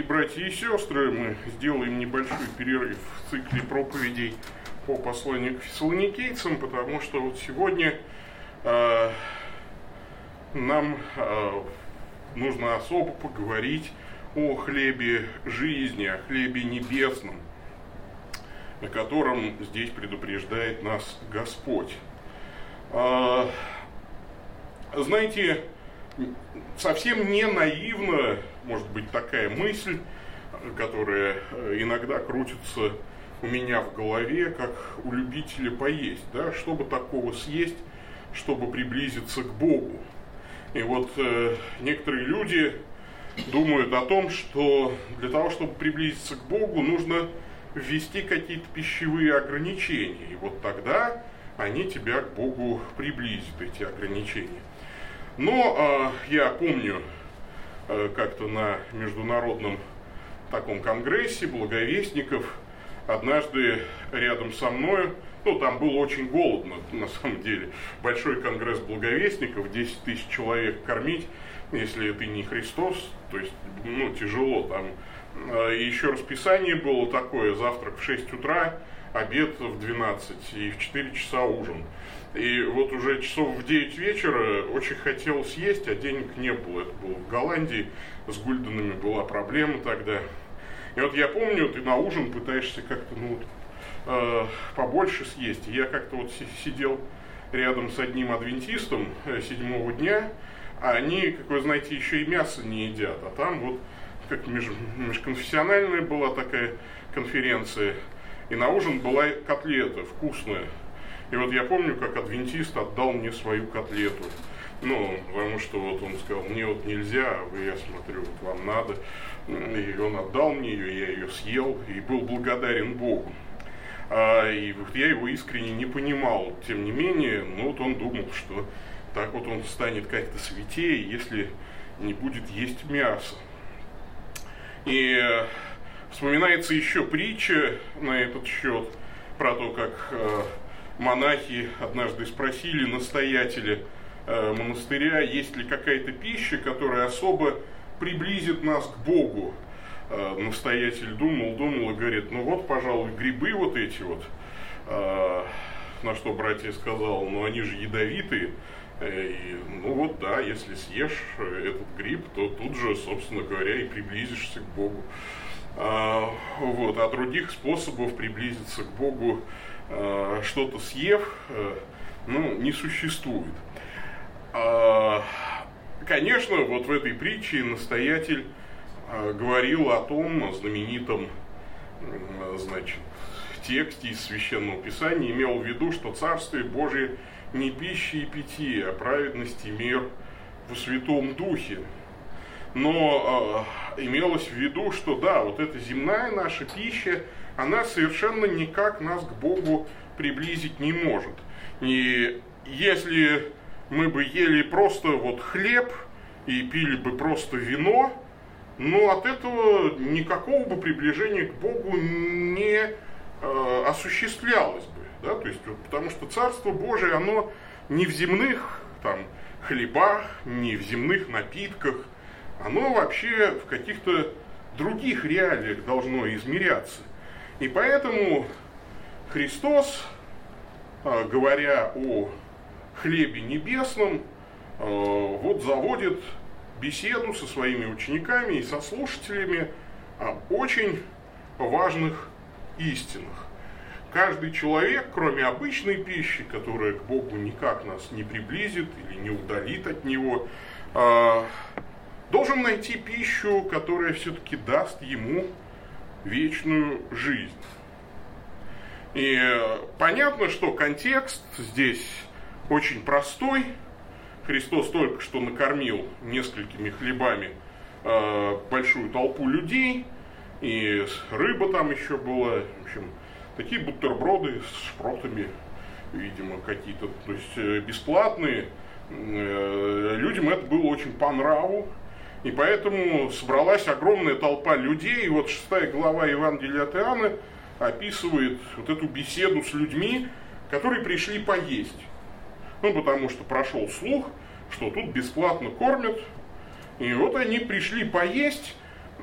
братья и сестры, мы сделаем небольшой перерыв в цикле проповедей по посланию к фессалоникийцам, потому что вот сегодня нам нужно особо поговорить о хлебе жизни, о хлебе небесном, о котором здесь предупреждает нас Господь. Знаете, совсем не наивна, может быть, такая мысль, которая иногда крутится у меня в голове, как у любителя поесть, да, чтобы такого съесть, чтобы приблизиться к Богу. И вот некоторые люди думают о том, что для того, чтобы приблизиться к Богу, нужно ввести какие-то пищевые ограничения. И вот тогда они тебя к Богу приблизят, эти ограничения. Но я помню, как-то на международном таком конгрессе благовестников однажды рядом со мной, там было очень голодно, на самом деле, большой конгресс благовестников, 10 тысяч человек кормить, если ты не Христос, то есть, тяжело там. И еще расписание было такое: завтрак в 6 утра, обед в 12 и в 4 часа ужин. И вот уже часов в 9 вечера очень хотелось есть, а денег не было. Это было в Голландии, с гульденами была проблема тогда. И вот я помню, ты на ужин пытаешься как-то побольше съесть. И я как-то вот сидел рядом с одним адвентистом 7-го дня, а они, как вы знаете, еще и мясо не едят. А там вот как межконфессиональная была такая конференция, и на ужин была котлета вкусная. И вот я помню, как адвентист отдал мне свою котлету. Потому что вот он сказал: мне вот нельзя, а вы, я смотрю, вот вам надо. И он отдал мне ее, я ее съел и был благодарен Богу. И вот я его искренне не понимал. Тем не менее, вот он думал, что так вот он станет как-то святее, если не будет есть мясо. И вспоминается еще притча на этот счет, про то, как монахи однажды спросили настоятеля монастыря, есть ли какая-то пища, которая особо приблизит нас к Богу. Настоятель думал и говорит: пожалуй, грибы вот эти вот. На что братья сказал: они же ядовитые. И, да, если съешь этот гриб, то тут же, собственно говоря, и приблизишься к Богу. А других способов приблизиться к Богу, что-то съев, не существует. Конечно, вот в этой притче настоятель говорил о том знаменитом, тексте из Священного Писания, имел в виду, что Царствие Божие не пища и питье, а праведность и мир во Святом Духе. Но имелось в виду, что да, вот эта земная наша пища, она совершенно никак нас к Богу приблизить не может. И если мы бы ели просто хлеб и пили бы просто вино, от этого никакого бы приближения к Богу не осуществлялось бы. Да? То есть, потому что Царство Божие, оно не в земных хлебах, не в земных напитках, оно вообще в каких-то других реалиях должно измеряться. И поэтому Христос, говоря о хлебе небесном, заводит беседу со своими учениками и со слушателями об очень важных истинах. Каждый человек, кроме обычной пищи, которая к Богу никак нас не приблизит или не удалит от Него, должен найти пищу, которая все-таки даст ему вечную жизнь. И понятно, что контекст здесь очень простой. Христос только что накормил несколькими хлебами большую толпу людей, и рыба там еще была, в общем, такие бутерброды с шпротами, видимо, какие-то, то есть бесплатные. Людям это было очень по нраву, и поэтому собралась огромная толпа людей. И вот 6 глава Евангелия от Иоанна описывает вот эту беседу с людьми, которые пришли поесть. Потому что прошел слух, что тут бесплатно кормят. И вот они пришли поесть,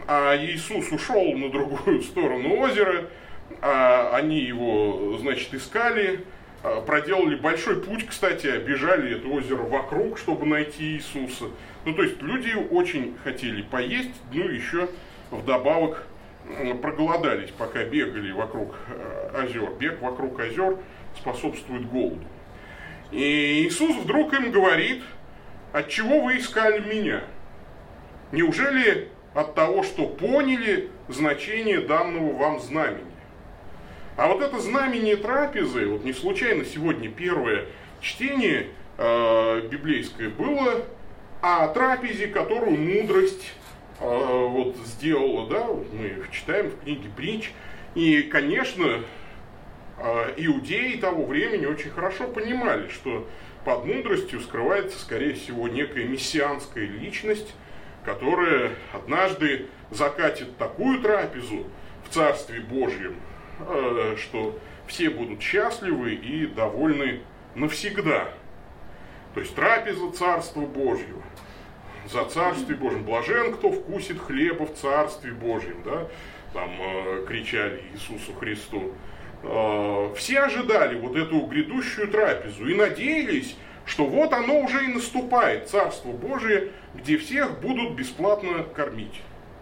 а Иисус ушел на другую сторону озера, они его, значит, искали, проделали большой путь, кстати, обежали это озеро вокруг, чтобы найти Иисуса. Ну, то есть люди очень хотели поесть, ну, еще вдобавок проголодались, пока бегали вокруг озер. Бег вокруг озер способствует голоду. И Иисус вдруг им говорит: отчего вы искали меня? Неужели от того, что поняли значение данного вам знамения? А вот это знамение трапезы, вот не случайно сегодня первое чтение библейское было о трапезе, которую мудрость вот сделала, да, мы читаем в книге Притч. И, конечно, иудеи того времени очень хорошо понимали, что под мудростью скрывается, скорее всего, некая мессианская личность, которая однажды закатит такую трапезу в Царстве Божьем, что все будут счастливы и довольны навсегда. То есть трапеза Царства Божьего. За Царствие Божьим. Блажен, кто вкусит хлеба в Царстве Божьем. Да? Там кричали Иисусу Христу. Все ожидали вот эту грядущую трапезу и надеялись, что вот оно уже и наступает, Царство Божие, где всех будут бесплатно кормить.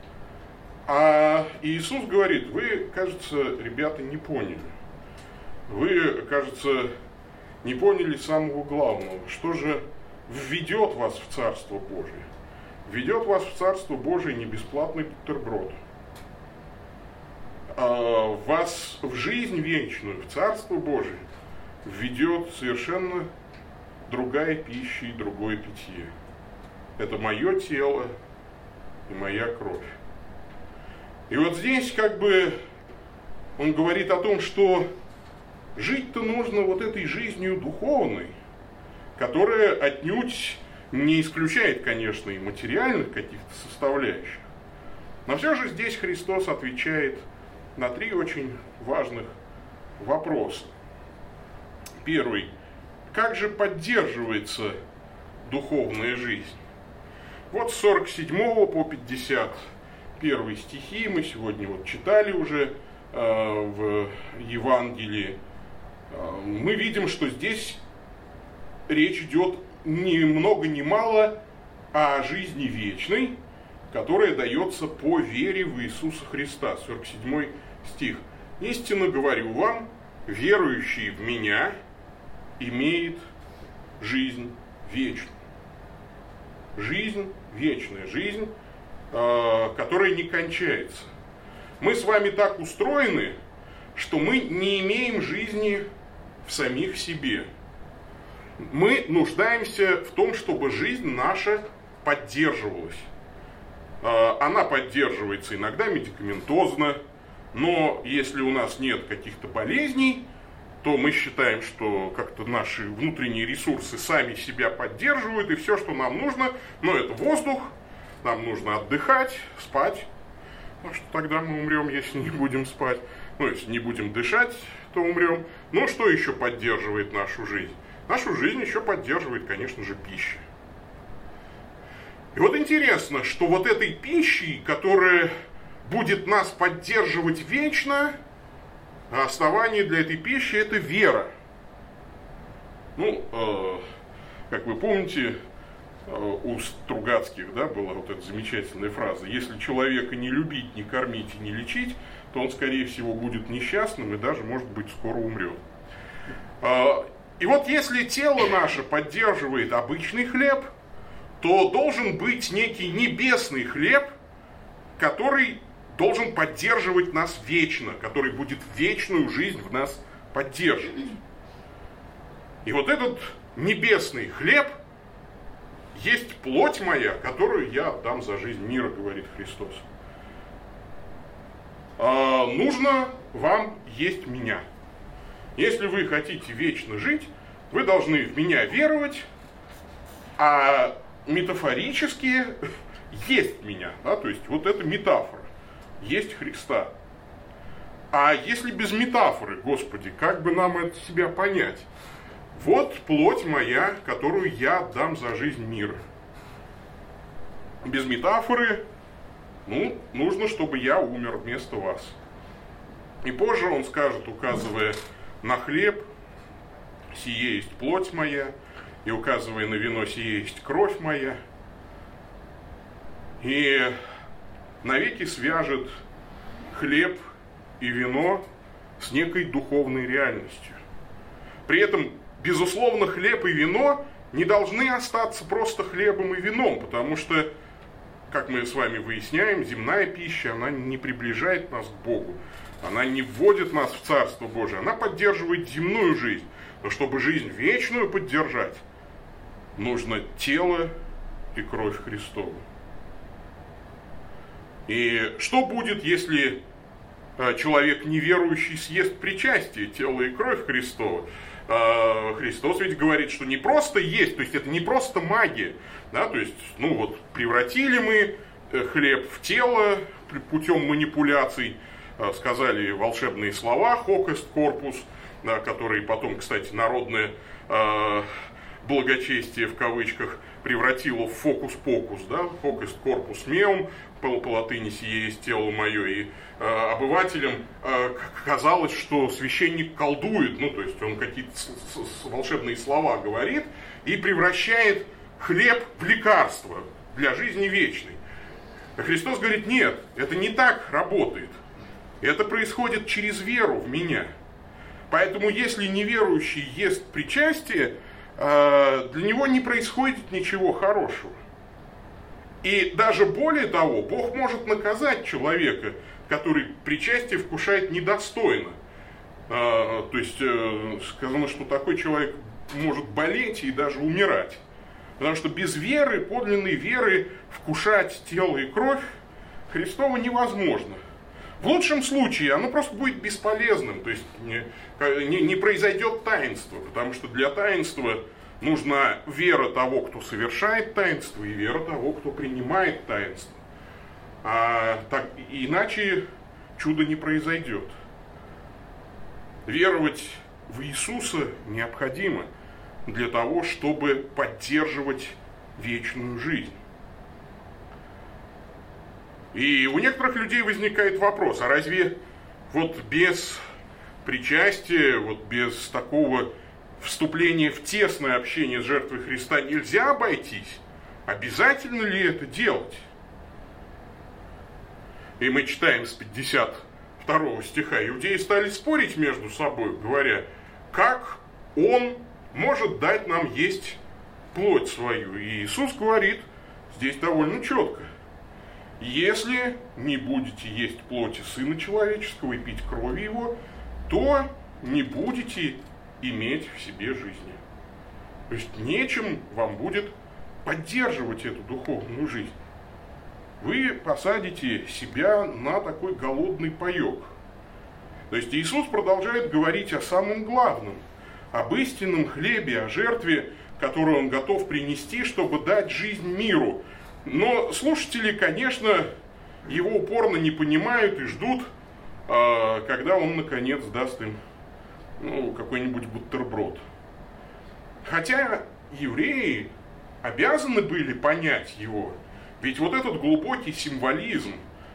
А Иисус говорит: вы, кажется, ребята, не поняли. Вы, кажется, не поняли самого главного. Что же введет вас в Царство Божие? Введет вас в Царство Божие не бесплатный бутерброд. А вас в жизнь вечную, в Царство Божие, введет совершенно другая пища и другое питье. Это мое тело и моя кровь. И вот здесь как бы он говорит о том, что жить-то нужно вот этой жизнью духовной, которая отнюдь не исключает, конечно, и материальных каких-то составляющих. Но все же здесь Христос отвечает на 3 очень важных вопроса. Первый. Как же поддерживается духовная жизнь? Вот с 47 по 51 стихи мы сегодня вот читали уже в Евангелии. Мы видим, что здесь речь идет ни много ни мало о жизни вечной, которая дается по вере в Иисуса Христа. 47 стих. «Истинно говорю вам, верующий в Меня имеет жизнь вечную». Жизнь вечная, жизнь, которая не кончается. Мы с вами так устроены, что мы не имеем жизни в самих себе. Мы нуждаемся в том, чтобы жизнь наша поддерживалась. Она поддерживается иногда медикаментозно, но если у нас нет каких-то болезней, то мы считаем, что как-то наши внутренние ресурсы сами себя поддерживают, и все, что нам нужно, это воздух, нам нужно отдыхать, спать. Ну что тогда мы умрем, если не будем спать. Если не будем дышать, то умрем. Но что еще поддерживает нашу жизнь? Нашу жизнь еще поддерживает, конечно же, пища. И вот интересно, что вот этой пищей, которая будет нас поддерживать вечно, основание для этой пищи – это вера. Как вы помните, у Стругацких, была вот эта замечательная фраза: если человека не любить, не кормить и не лечить, то он, скорее всего, будет несчастным и даже, может быть, скоро умрет. И вот если тело наше поддерживает обычный хлеб, то должен быть некий небесный хлеб, который должен поддерживать нас вечно, который будет вечную жизнь в нас поддерживать. И вот этот небесный хлеб есть плоть моя, которую я отдам за жизнь мира, говорит Христос. Нужно вам есть меня. Если вы хотите вечно жить, вы должны в меня веровать, а метафорически есть меня. То есть вот это метафора. Есть Христа. А если без метафоры, Господи, как бы нам это себя понять? Вот плоть моя, которую я отдам за жизнь мира. Без метафоры нужно, чтобы я умер вместо вас. И позже он скажет, указывая на хлеб, сие есть плоть моя, и указывая на вино, сие есть кровь моя, и навеки свяжет хлеб и вино с некой духовной реальностью. При этом, безусловно, хлеб и вино не должны остаться просто хлебом и вином, потому что, как мы с вами выясняем, земная пища, она не приближает нас к Богу, она не вводит нас в Царство Божие, она поддерживает земную жизнь. Но чтобы жизнь вечную поддержать, нужно тело и кровь Христова. И что будет, если человек неверующий съест причастие, тело и кровь Христова? Христос ведь говорит, что не просто есть, то есть это не просто магия, да, то есть, превратили мы хлеб в тело путем манипуляций, сказали волшебные слова «hoc est corpus», да, которые потом, кстати, народное благочестие в кавычках превратило в фокус-покус, да, «hoc est corpus meum», по латыни «сие есть тело мое», и обывателям казалось, что священник колдует, то есть он какие-то волшебные слова говорит и превращает хлеб в лекарство для жизни вечной. А Христос говорит, нет, это не так работает. Это происходит через веру в меня. Поэтому если неверующий ест причастие, для него не происходит ничего хорошего. И даже более того, Бог может наказать человека, который причастие вкушает недостойно. То есть сказано, что такой человек может болеть и даже умирать. Потому что без веры, подлинной веры, вкушать тело и кровь Христова невозможно. В лучшем случае оно просто будет бесполезным, то есть не произойдет таинство, потому что для таинства нужна вера того, кто совершает таинство, и вера того, кто принимает таинство. Иначе чудо не произойдет. Веровать в Иисуса необходимо для того, чтобы поддерживать вечную жизнь. И у некоторых людей возникает вопрос, а разве без причастия, без такого вступления в тесное общение с жертвой Христа нельзя обойтись? Обязательно ли это делать? И мы читаем с 52 стиха. Иудеи стали спорить между собой, говоря, как он может дать нам есть плоть свою. И Иисус говорит здесь довольно четко. Если не будете есть плоти Сына Человеческого и пить крови Его, то не будете иметь в себе жизни. То есть нечем вам будет поддерживать эту духовную жизнь. Вы посадите себя на такой голодный паек. То есть Иисус продолжает говорить о самом главном, об истинном хлебе, о жертве, которую Он готов принести, чтобы дать жизнь миру. Но слушатели, конечно, его упорно не понимают и ждут, когда он, наконец, даст им какой-нибудь бутерброд. Хотя евреи обязаны были понять его. Ведь этот глубокий символизм,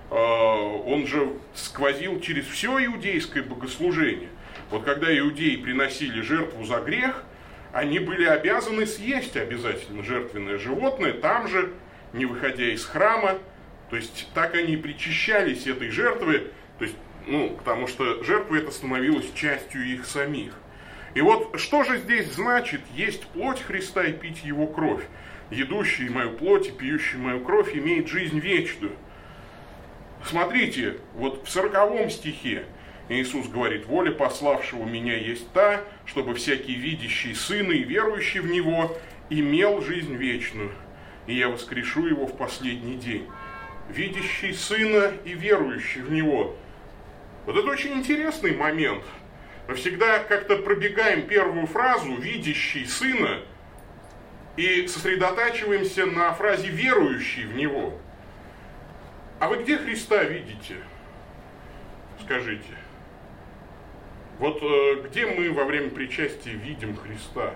он же сквозил через все иудейское богослужение. Когда иудеи приносили жертву за грех, они были обязаны съесть обязательно жертвенное животное, там же, не выходя из храма, то есть так они причащались этой жертвы, то есть, потому что жертва эта становилась частью их самих. И что же здесь значит есть плоть Христа и пить Его кровь? Едущий мою плоть и пьющий мою кровь имеет жизнь вечную. Смотрите, в 40 стихе Иисус говорит, воля пославшего меня есть та, чтобы всякий видящий Сына и верующий в Него имел жизнь вечную. И я воскрешу его в последний день. Видящий Сына и верующий в Него. Это очень интересный момент. Мы всегда как-то пробегаем первую фразу «видящий Сына» и сосредотачиваемся на фразе «верующий в Него». А вы где Христа видите? Скажите. Где мы во время причастия видим Христа?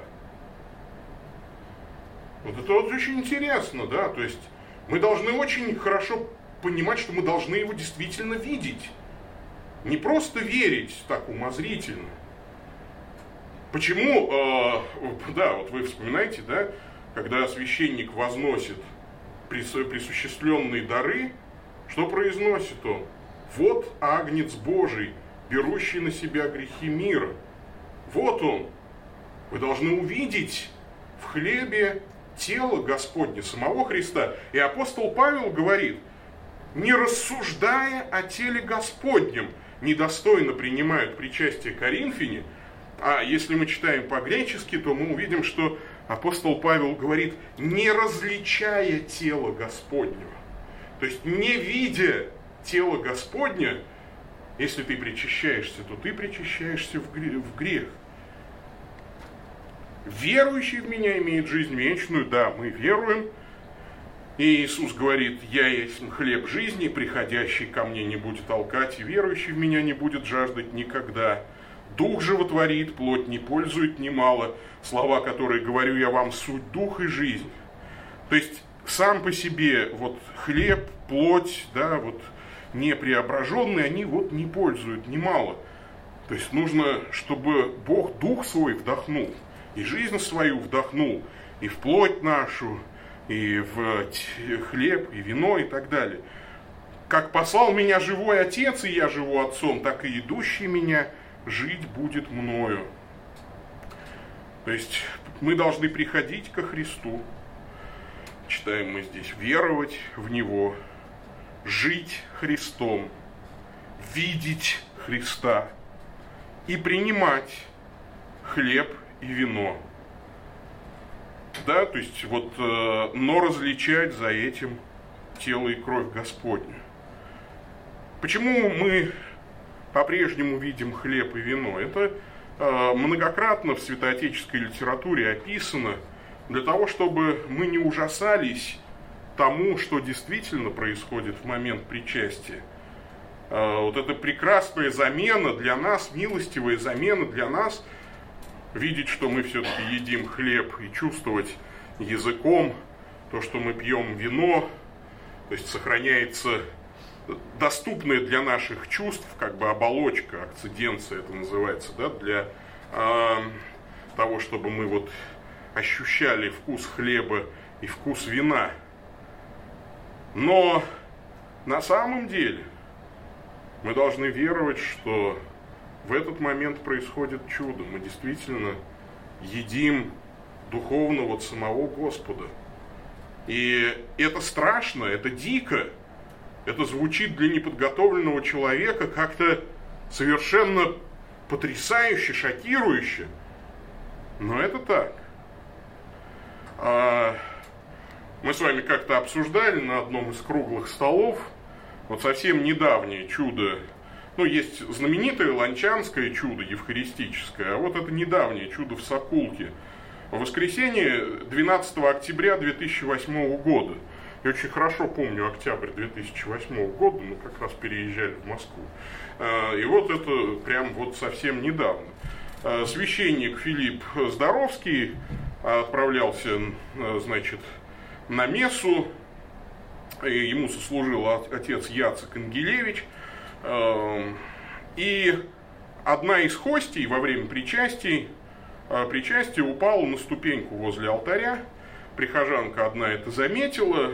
Это очень интересно, да, то есть мы должны очень хорошо понимать, что мы должны его действительно видеть. Не просто верить так умозрительно. Почему, да, вот вы вспоминаете, да, когда священник возносит присуществленные дары, что произносит он? Вот Агнец Божий, берущий на себя грехи мира. Вот он. Вы должны увидеть в хлебе тело Господне, самого Христа. И апостол Павел говорит, не рассуждая о теле Господнем, недостойно принимают причастие коринфяне. А если мы читаем по-гречески, то мы увидим, что апостол Павел говорит, не различая тело Господнего. То есть, не видя тело Господня, если ты причащаешься, то ты причащаешься в грех. Верующий в меня имеет жизнь вечную. Да, мы веруем. И Иисус говорит, я есть хлеб жизни, приходящий ко мне не будет алкать, и верующий в меня не будет жаждать никогда. Дух животворит, плоть не пользует немало. Слова, которые говорю я вам, суть дух и жизнь. То есть, сам по себе вот хлеб, плоть, да, вот не преображенные, они вот не пользуют немало. То есть, нужно, чтобы Бог дух свой вдохнул, и жизнь свою вдохнул, и в плоть нашу, и в хлеб, и вино, и так далее. Как послал меня живой Отец, и я живу Отцом, так и идущий меня жить будет мною. То есть мы должны приходить ко Христу, читаем мы здесь, веровать в Него, жить Христом, видеть Христа и принимать хлеб и вино. Да, то есть вот, но различать за этим тело и кровь Господня. Почему мы по-прежнему видим хлеб и вино? Это многократно в святоотеческой литературе описано для того, чтобы мы не ужасались тому, что действительно происходит в момент причастия. Вот эта прекрасная замена для нас, милостивая замена для нас, видеть, что мы все-таки едим хлеб, и чувствовать языком то, что мы пьем вино, то есть сохраняется доступная для наших чувств, как бы оболочка, акциденция это называется, да, для того, чтобы мы вот ощущали вкус хлеба и вкус вина. Но на самом деле мы должны веровать, что в этот момент происходит чудо. Мы действительно едим духовно от самого Господа. И это страшно, это дико. Это звучит для неподготовленного человека как-то совершенно потрясающе, шокирующе. Но это так. Мы с вами как-то обсуждали на одном из круглых столов вот совсем недавнее чудо. Ну, есть знаменитое ланчанское чудо евхаристическое, а вот это недавнее чудо в Сокулке. В воскресенье 12 октября 2008 года. Я очень хорошо помню октябрь 2008 года, мы как раз переезжали в Москву. И вот это прям вот совсем недавно. Священник Филипп Здоровский отправлялся, значит, на мессу. Ему сослужил отец Яцек Ангелевич. И одна из хостей во время причастия упала на ступеньку возле алтаря. Прихожанка одна это заметила,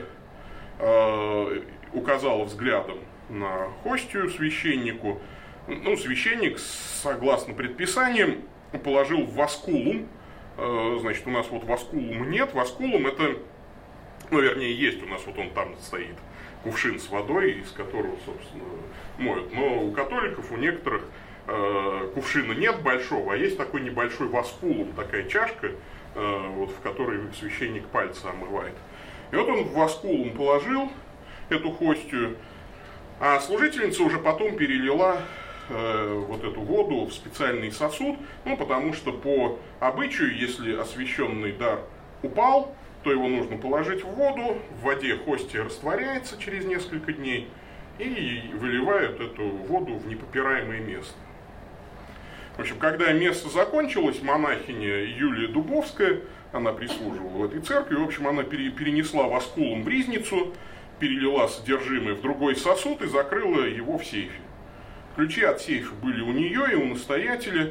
указала взглядом на хостию священнику. Ну, священник, согласно предписаниям, положил в воскулум. Значит, у нас вот воскулума нет. Воскулум это, ну, вернее, есть у нас, вот он там стоит, кувшин с водой, из которого, собственно, моют. Но у католиков, у некоторых кувшина нет большого, а есть такой небольшой воскулум, такая чашка, вот, в которой священник пальцы омывает. И вот он в воскулум положил эту хостию, а служительница уже потом перелила вот эту воду в специальный сосуд, ну, потому что по обычаю, если освященный дар упал, то его нужно положить в воду, в воде хостия растворяется через несколько дней, и выливают эту воду в непопираемое место. В общем, когда место закончилось, монахиня Юлия Дубовская, она прислуживала в этой церкви, в общем, она перенесла воскулум в ризницу перелила содержимое в другой сосуд и закрыла его в сейфе. Ключи от сейфа были у нее и у настоятеля,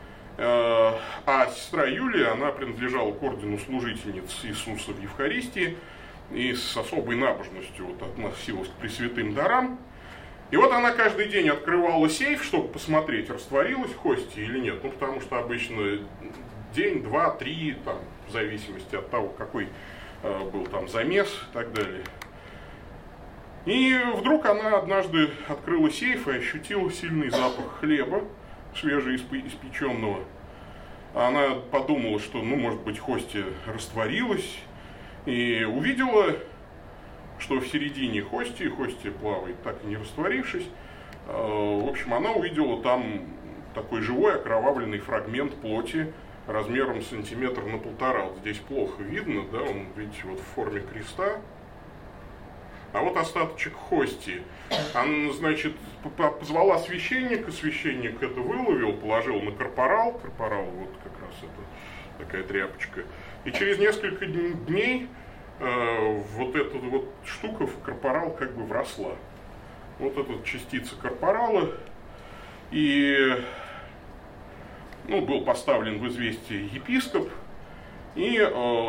а сестра Юлия, она принадлежала к ордену служительниц Иисуса в Евхаристии и с особой набожностью вот относилась к пресвятым дарам. И вот она каждый день открывала сейф, чтобы посмотреть, растворилась хостия или нет. Ну, потому что обычно день, два, три, там, в зависимости от того, какой был там замес и так далее. И вдруг она однажды открыла сейф и ощутила сильный запах хлеба, свежеиспеченного. Она подумала, что, ну, может быть, хостия растворилась, и увидела, что в середине хостия плавает, так и не растворившись. В общем, она увидела там такой живой окровавленный фрагмент плоти размером сантиметр на 1,5. Вот здесь плохо видно, да, он, видите, вот в форме креста. А вот остаточек хостии. Она, значит, позвала священника, священник это выловил, положил на корпорал. Корпорал, вот как раз это такая тряпочка. И через несколько дней вот эта вот штука в корпорал как бы вросла. Вот эта частица корпорала. И, ну, был поставлен в известие епископ. И,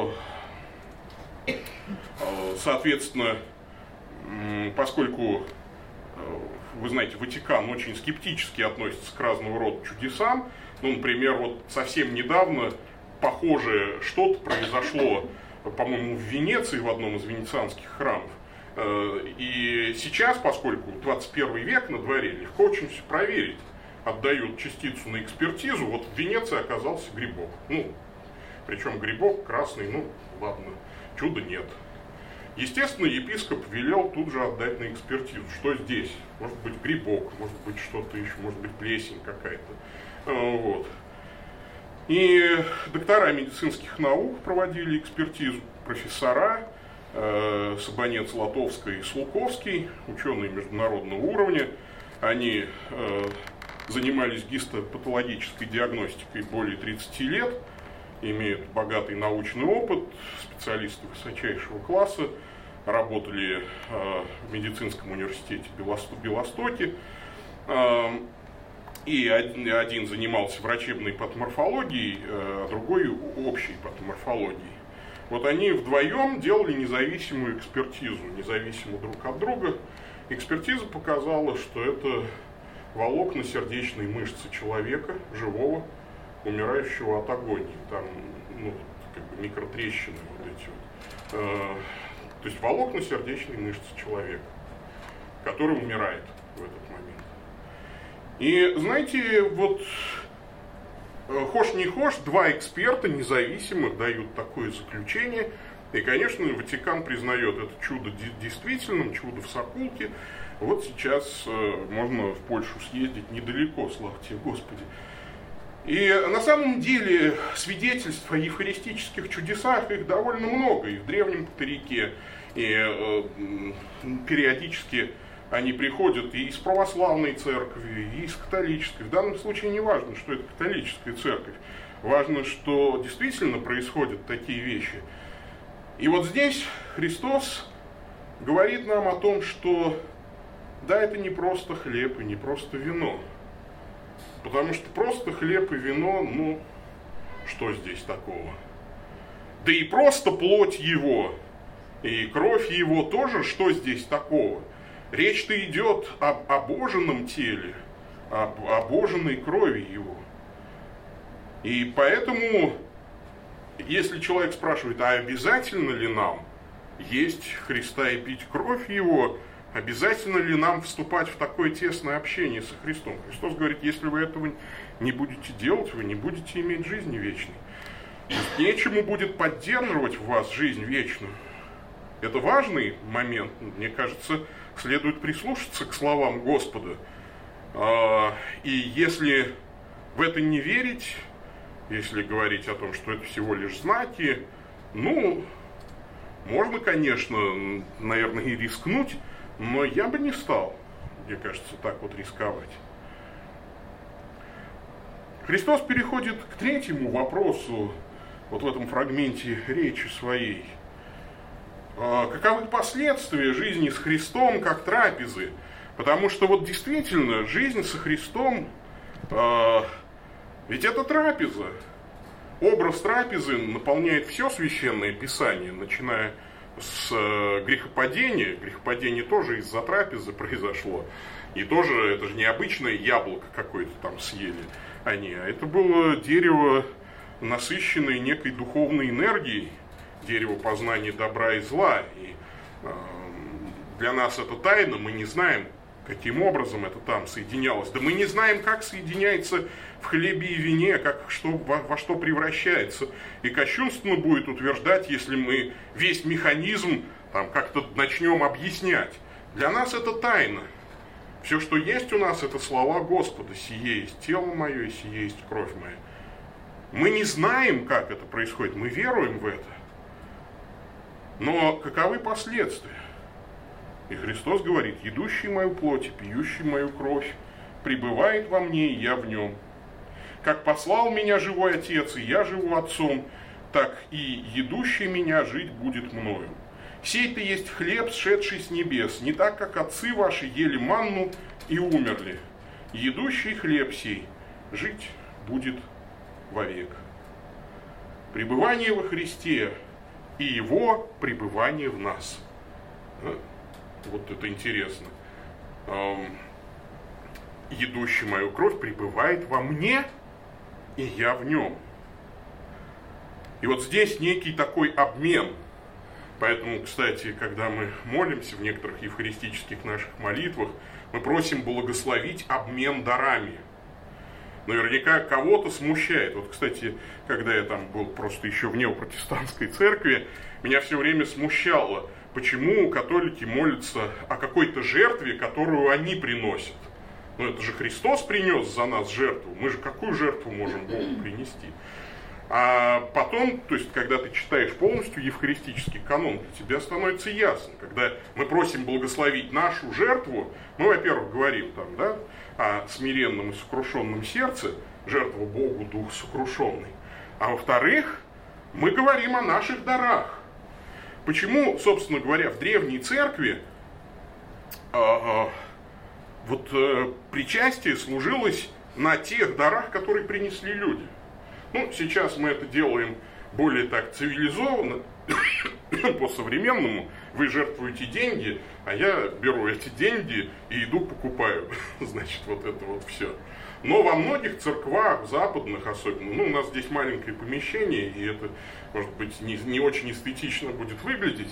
соответственно, поскольку, вы знаете, Ватикан очень скептически относится к разного рода чудесам, ну, например, вот совсем недавно похожее что-то произошло, по-моему, в Венеции, в одном из венецианских храмов. И сейчас, поскольку 21 век на дворе, легко очень все проверить. Отдают частицу на экспертизу, вот в Венеции оказался грибок. Ну, причем грибок красный, ну, ладно, чуда нет. Естественно, епископ велел тут же отдать на экспертизу. Что здесь? Может быть, грибок, может быть, что-то еще, может быть, плесень какая-то. Вот. И доктора медицинских наук проводили экспертизу, профессора, Сабанец, Латовский и Слуковский, ученые международного уровня. Они занимались гистопатологической диагностикой более 30 лет, имеют богатый научный опыт, специалисты высочайшего класса, работали в медицинском университете в Белостоке, и один занимался врачебной патоморфологией, а другой общей патоморфологией. Вот они вдвоем делали независимую экспертизу, независимо друг от друга. Экспертиза показала, что это волокна сердечной мышцы человека, живого, умирающего от агонии. Там, ну, как бы микротрещины вот эти вот. То есть волокна сердечной мышцы человека, который умирает в этот момент. И знаете, вот хошь не хошь, два эксперта независимых дают такое заключение. И, конечно, Ватикан признает это чудо действительным, чудо в Сокулке. Вот сейчас можно в Польшу съездить недалеко, слава тебе, Господи. И на самом деле свидетельств о евхаристических чудесах их довольно много. И в Древнем Патарике, и периодически они приходят и из православной церкви, и из католической. В данном случае не важно, что это католическая церковь. Важно, что действительно происходят такие вещи. И вот здесь Христос говорит нам о том, что да, это не просто хлеб и не просто вино. Потому что просто хлеб и вино, ну, что здесь такого? Да и просто плоть его, и кровь его тоже, что здесь такого? Речь-то идет об обоженном теле, об обоженной крови его. И поэтому, если человек спрашивает, а обязательно ли нам есть Христа и пить кровь его, обязательно ли нам вступать в такое тесное общение со Христом? Христос говорит, если вы этого не будете делать, вы не будете иметь жизни вечной. То есть нечему будет поддерживать в вас жизнь вечную. Это важный момент, мне кажется, следует прислушаться к словам Господа. И если в это не верить, если говорить о том, что это всего лишь знаки, ну, можно, конечно, наверное, и рискнуть, но я бы не стал, мне кажется, так вот рисковать. Христос переходит к третьему вопросу, вот в этом фрагменте речи своей. каковы последствия жизни с Христом как трапезы. Потому что вот действительно жизнь со Христом, ведь это трапеза. Образ трапезы наполняет все Священное Писание, начиная с грехопадения. Грехопадение тоже из-за трапезы произошло. И тоже это же не обычное яблоко какое-то там съели они, а это было дерево, насыщенное некой духовной энергией, дерево познания добра и зла. И для нас это тайна, мы не знаем, каким образом это там соединялось. Да мы не знаем, как соединяется в хлебе и вине, во что превращается. И кощунственно будет утверждать, если мы весь механизм там как-то начнем объяснять. Для нас это тайна. Все, что есть у нас, это слова Господа. «Сие есть тело мое, и сие есть кровь моя». Мы не знаем, как это происходит, мы веруем в это. Но каковы последствия? И Христос говорит: «Едущий мою плоть и пьющий мою кровь пребывает во мне, и я в нем. Как послал меня живой Отец, и я живу Отцом, так и едущий меня жить будет мною. Сей-то есть хлеб, сшедший с небес, не так, как отцы ваши ели манну и умерли. Едущий хлеб сей жить будет вовек». Пребывание во Христе и Его пребывание в нас. Вот это интересно. «Едущий мою кровь пребывает во мне, и я в нем». И вот здесь некий такой обмен. Поэтому, кстати, когда мы молимся в некоторых евхаристических наших молитвах, мы просим благословить обмен дарами. Наверняка кого-то смущает. Вот, кстати, когда я там был просто еще в неопротестантской церкви, меня все время смущало, почему католики молятся о какой-то жертве, которую они приносят. Ну, это же Христос принес за нас жертву. Мы же какую жертву можем Богу принести? А потом, то есть, когда ты читаешь полностью евхаристический канон, для тебя становится ясно. Когда мы просим благословить нашу жертву, мы, во-первых, говорим там, да, о смиренном и сокрушенном сердце, жертва Богу, дух сокрушенный. А во-вторых, мы говорим о наших дарах. Почему, собственно говоря, в древней церкви причастие служилось на тех дарах, которые принесли люди? Ну, сейчас мы это делаем более так цивилизованно, по-современному. Вы жертвуете деньги, а я беру эти деньги и иду покупаю. Значит, вот это вот все. Но во многих церквах, западных особенно, у нас здесь маленькое помещение, и это, может быть, не очень эстетично будет выглядеть.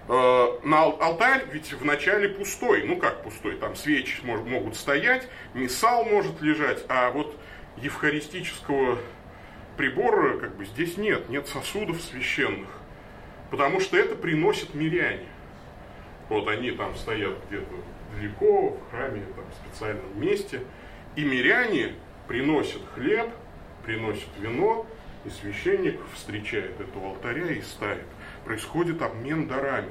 На алтарь ведь вначале пустой. Ну как пустой? Там свечи могут стоять, миссал может лежать, а вот евхаристического прибора как бы здесь нет сосудов священных, потому что это приносят миряне. Вот они там стоят где-то далеко, в храме, там, в специальном месте, и миряне приносят хлеб, приносят вино, и священник встречает этого алтаря и ставит. Происходит обмен дарами.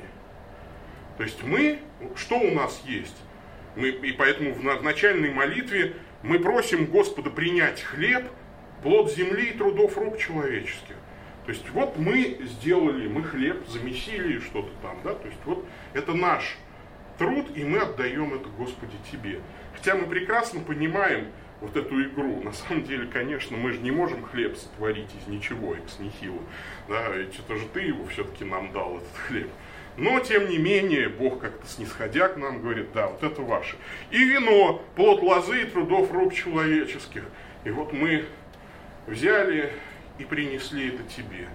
То есть что у нас есть? И поэтому в начальной молитве мы просим Господа принять хлеб, плод земли и трудов рук человеческих. То есть вот мы сделали, мы хлеб замесили что-то там, да, то есть вот это наш труд, и мы отдаем это, Господи, Тебе. Хотя мы прекрасно понимаем вот эту игру. На самом деле, конечно, мы же не можем хлеб сотворить из ничего, экс нихило. Да, ведь это же Ты его все-таки нам дал, этот хлеб. Но, тем не менее, Бог как-то снисходя к нам говорит: да, вот это ваше. И вино, плод лозы и трудов рук человеческих. И вот мы взяли и принесли это Тебе.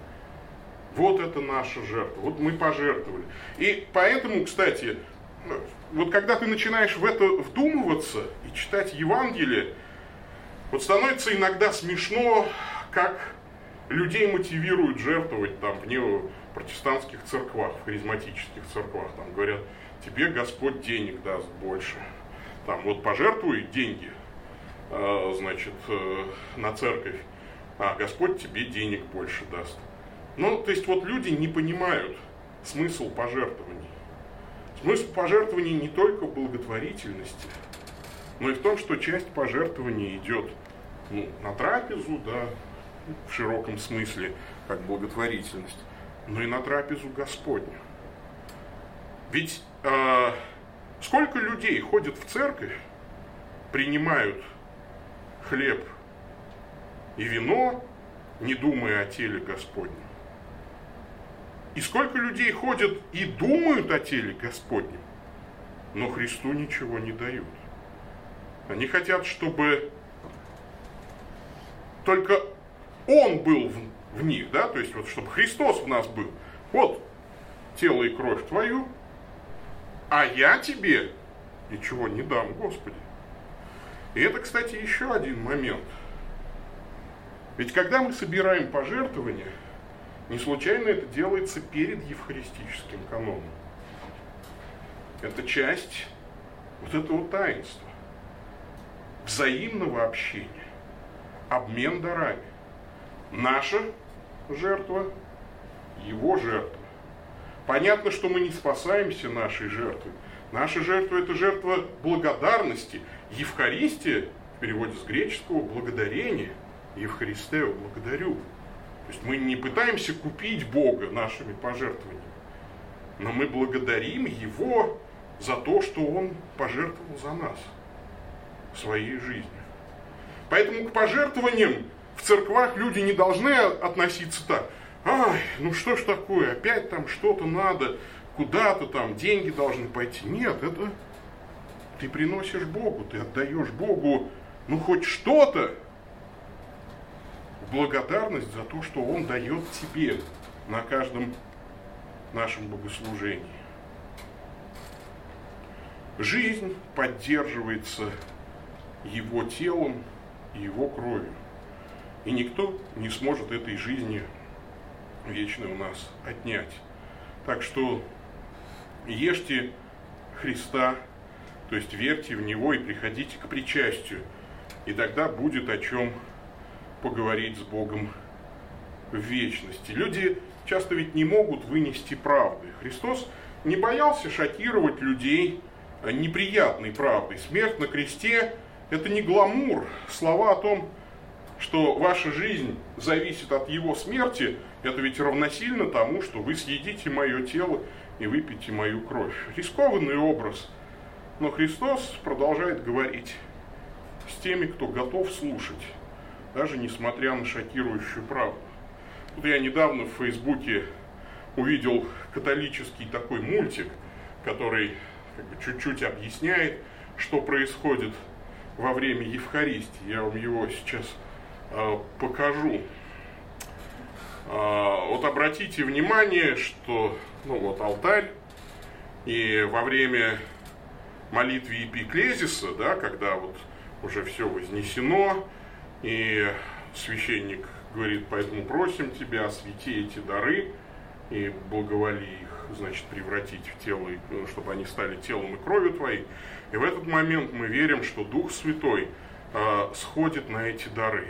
Вот это наша жертва. Вот мы пожертвовали. И поэтому, кстати, вот когда ты начинаешь в это вдумываться и читать Евангелие, вот становится иногда смешно, как людей мотивируют жертвовать там в неопротестантских церквах, в харизматических церквах. Там говорят: тебе Господь денег даст больше. Там вот пожертвуй деньги, значит, на церковь, а Господь тебе денег больше даст. Ну, то есть вот люди не понимают смысл пожертвований. Смысл пожертвований не только в благотворительности, но и в том, что часть пожертвований идет на трапезу, да, в широком смысле, как благотворительность, но и на трапезу Господню. Ведь сколько людей ходят в церковь, принимают хлеб и вино, не думая о теле Господнем. И сколько людей ходят и думают о теле Господнем, но Христу ничего не дают. Они хотят, чтобы только Он был в них, да, то есть вот чтобы Христос в нас был. Вот тело и кровь твою, а я тебе ничего не дам, Господи. И это, кстати, еще один момент. Ведь когда мы собираем пожертвования, не случайно это делается перед евхаристическим каноном. Это часть вот этого таинства, взаимного общения, обмен дарами. Наша жертва, его жертва. Понятно, что мы не спасаемся нашей жертвой. Наша жертва – это жертва благодарности. Евхаристия, в переводе с греческого, благодарение. Евхаристео, благодарю. То есть мы не пытаемся купить Бога нашими пожертвованиями, но мы благодарим Его за то, что Он пожертвовал за нас своей жизнью. Поэтому к пожертвованиям в церквах люди не должны относиться так. Ай, ну что ж такое, опять там что-то надо, куда-то там деньги должны пойти. Нет, это ты приносишь Богу, ты отдаешь Богу, ну хоть что-то, в благодарность за то, что Он дает тебе на каждом нашем богослужении. Жизнь поддерживается Его телом и Его кровью. И никто не сможет этой жизни вечной у нас отнять. Так что ешьте Христа, то есть верьте в Него и приходите к причастию. И тогда будет о чем поговорить с Богом в вечности. Люди часто ведь не могут вынести правды. Христос не боялся шокировать людей неприятной правдой. Смерть на кресте – это не гламур. Слова о том, что ваша жизнь зависит от Его смерти, это ведь равносильно тому, что вы съедите мое тело и выпьете мою кровь. Рискованный образ. Но Христос продолжает говорить с теми, кто готов слушать, даже несмотря на шокирующую правду. Тут я недавно в Фейсбуке увидел католический такой мультик, который чуть-чуть объясняет, что происходит во время Евхаристии. Я вам его сейчас покажу. Вот обратите внимание, что алтарь, и во время молитвы эпиклезиса, да, когда вот уже все вознесено, и священник говорит: поэтому просим тебя, освети эти дары и благоволи их, значит, превратить в тело, чтобы они стали телом и кровью твоей. И в этот момент мы верим, что Дух Святой сходит на эти дары.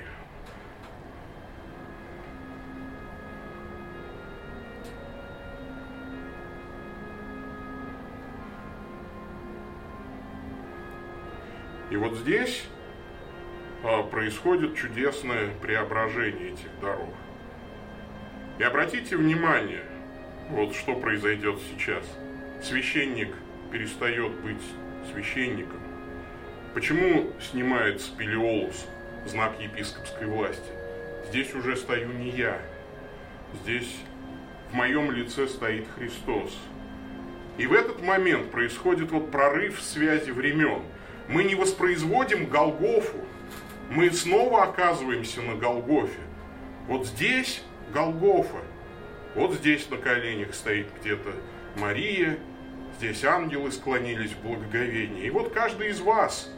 И вот здесь происходит чудесное преображение этих даров. И обратите внимание, вот что произойдет сейчас. Священник перестает быть священником. Почему снимает спелеолус, знак епископской власти? Здесь уже стою не я. Здесь в моем лице стоит Христос. И в этот момент происходит вот прорыв связи времен. Мы не воспроизводим Голгофу, мы снова оказываемся на Голгофе. Вот здесь Голгофа, вот здесь на коленях стоит где-то Мария, здесь ангелы склонились в благоговении. И вот каждый из вас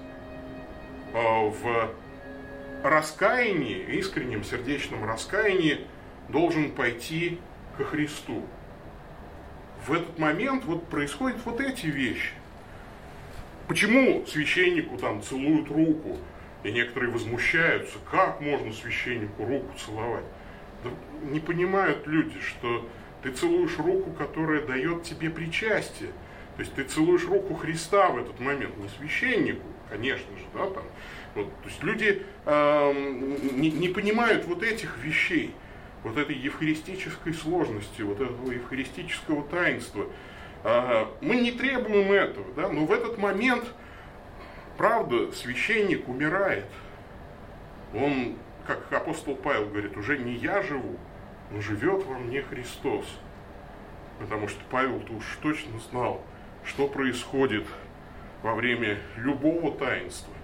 в раскаянии, искреннем сердечном раскаянии должен пойти ко Христу. В этот момент вот происходят вот эти вещи. Почему священнику там целуют руку, и некоторые возмущаются, как можно священнику руку целовать? Да не понимают люди, что ты целуешь руку, которая дает тебе причастие. То есть ты целуешь руку Христа в этот момент, не священнику, конечно же, да, там. Вот, то есть люди не понимают вот этих вещей, вот этой евхаристической сложности, вот этого евхаристического таинства. Мы не требуем этого, да? Но в этот момент, правда, священник умирает. Он, как апостол Павел говорит, уже не я живу, но живет во мне Христос. Потому что Павел-то уж точно знал, что происходит во время любого таинства.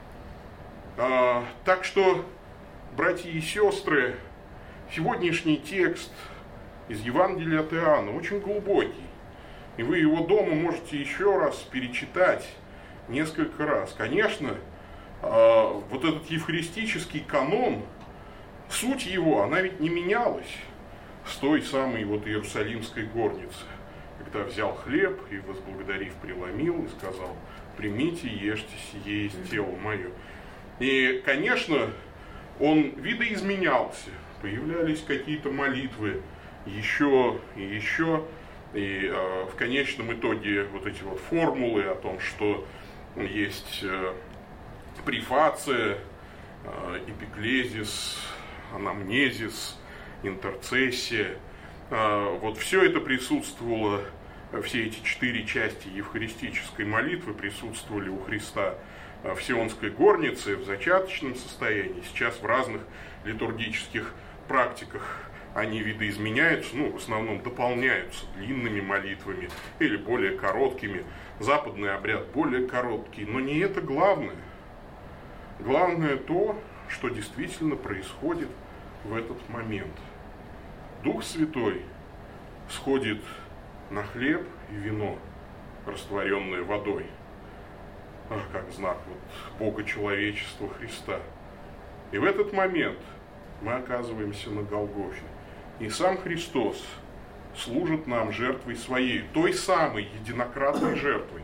Так что, братья и сестры, сегодняшний текст из Евангелия от Иоанна очень глубокий. И вы его дома можете еще раз перечитать несколько раз. Конечно, вот этот евхаристический канон, суть его, она ведь не менялась с той самой вот Иерусалимской горницы, когда взял хлеб и, возблагодарив, преломил и сказал: примите, ешьте, сие есть тело мое. И, конечно, он видоизменялся, появлялись какие-то молитвы еще и еще, и в конечном итоге вот эти вот формулы о том, что есть префация, эпиклезис, анамнезис, интерцессия, вот все это присутствовало, все эти 4 части евхаристической молитвы присутствовали у Христа в Сионской горнице в зачаточном состоянии. Сейчас в разных литургических практиках они видоизменяются, в основном дополняются длинными молитвами или более короткими. Западный обряд более короткий, но не это главное. Главное то, что действительно происходит в этот момент. Дух Святой сходит на хлеб и вино, растворенное водой, как знак Бога человечества Христа. И в этот момент мы оказываемся на Голгофе. И сам Христос служит нам жертвой своей, той самой единократной жертвой.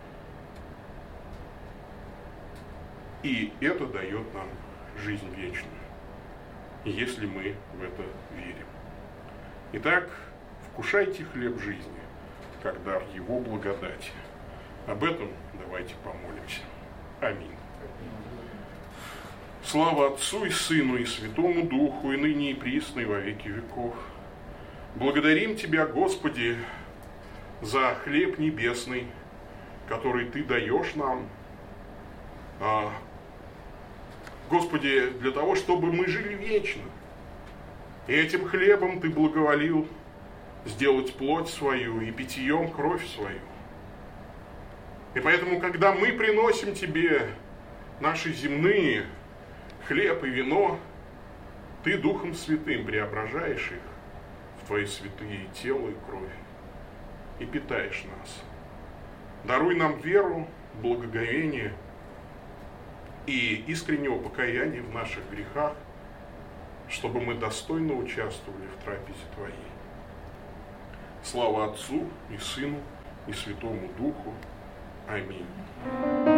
И это дает нам жизнь вечную, если мы в это верим. Итак, вкушайте хлеб жизни, как дар Его благодати. Об этом давайте помолимся. Аминь. Слава Отцу и Сыну и Святому Духу, и ныне и присно, и во веки веков. Благодарим Тебя, Господи, за хлеб небесный, который Ты даешь нам, Господи, для того, чтобы мы жили вечно. И этим хлебом Ты благоволил сделать плоть свою и питьем кровь свою. И поэтому, когда мы приносим Тебе наши земные хлеб и вино, Ты Духом Святым преображаешь их в Твои святые тело и кровь и питаешь нас. Даруй нам веру, благоговение и искреннего покаяния в наших грехах, чтобы мы достойно участвовали в трапезе Твоей. Слава Отцу и Сыну и Святому Духу. Аминь.